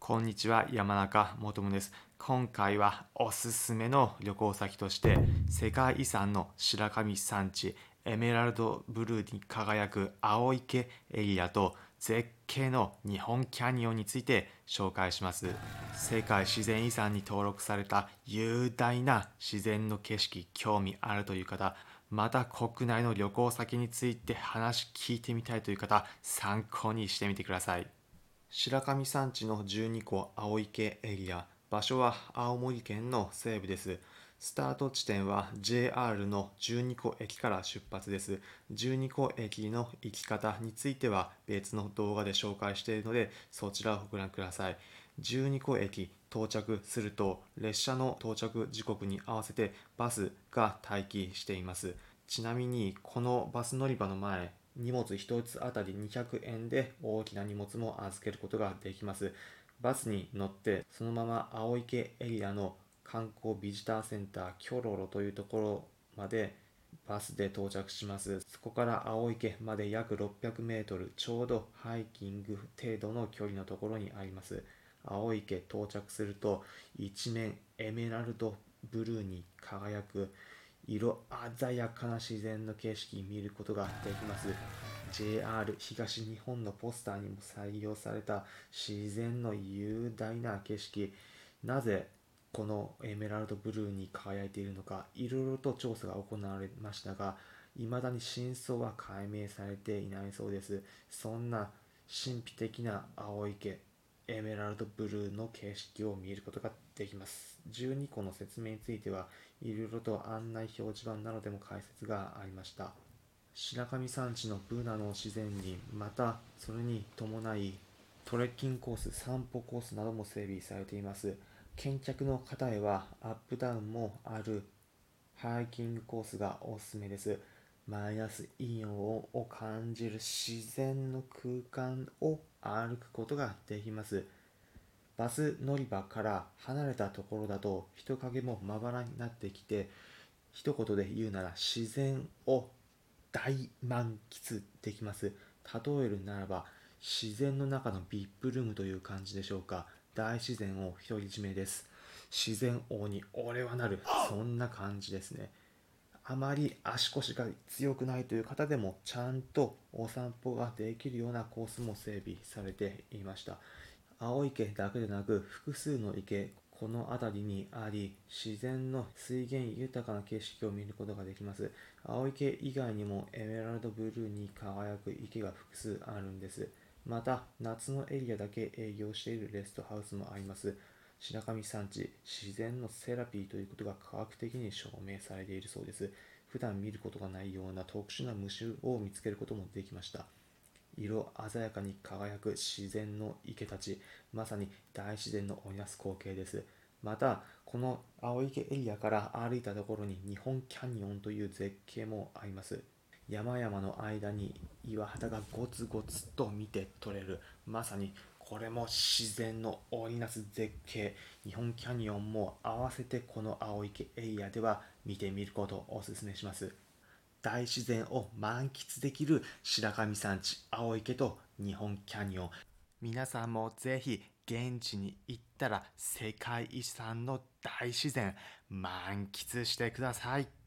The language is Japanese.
こんにちは、山中もとむです。今回はおすすめの旅行先として、世界遺産の白神山地、エメラルドブルーに輝く青池エリアと絶景の日本キャニオンについて紹介します。世界自然遺産に登録された雄大な自然の景色、興味あるという方、また国内の旅行先について話聞いてみたいという方、参考にしてみてください。白神山地の12個青池エリア。場所は青森県の西部です。スタート地点は JR の12個駅から出発です。12個駅の行き方については別の動画で紹介しているので、そちらをご覧ください。12個駅到着すると、列車の到着時刻に合わせてバスが待機しています。ちなみにこのバス乗り場の前、荷物1つあたり200円で大きな荷物も預けることができます。バスに乗ってそのまま青池エリアの観光ビジターセンターキョロロというところまでバスで到着します。そこから青池まで約600メートル、ちょうどハイキング程度の距離のところにあります。青池到着すると一面エメラルドブルーに輝く色鮮やかな自然の景色見ることができます。JR 東日本のポスターにも採用された自然の雄大な景色。なぜこのエメラルドブルーに輝いているのか、いろいろと調査が行われましたが、未だに真相は解明されていないそうです。そんな神秘的な青池エメラルドブルーの景色を見ることができます。12個の説明についてはいろいろと案内表示板などでも解説がありました。白神山地のブナの自然林、またそれに伴いトレッキングコース、散歩コースなども整備されています。見客の方へはアップダウンもあるハイキングコースがおすすめです。マイナスイオンを感じる自然の空間を歩くことができます。バス乗り場から離れたところだと人影もまばらになってきて、一言で言うなら自然を大満喫できます。例えるならば自然の中の VIP ルームという感じでしょうか。大自然を独り占めです。自然王に俺はなる、そんな感じですね。あまり足腰が強くないという方でもちゃんとお散歩ができるようなコースも整備されていました。青池だけでなく複数の池、この辺りにあり、自然の水源豊かな景色を見ることができます。青池以外にもエメラルドブルーに輝く池が複数あるんです。また、夏のエリアだけ営業しているレストハウスもあります。白神山地、自然のセラピーということが科学的に証明されているそうです。普段見ることがないような特殊な虫を見つけることもできました。色鮮やかに輝く自然の池たち、まさに大自然の織りなす光景です。また、この青池エリアから歩いたところに日本キャニオンという絶景もあります。山々の間に岩肌がゴツゴツと見て取れる、まさにこれも自然の織りなす絶景。日本キャニオンも合わせてこの青池エリアでは見てみることをお勧めします。大自然を満喫できる白神山地青池と日本キャニオン、皆さんもぜひ現地に行ったら世界遺産の大自然満喫してください。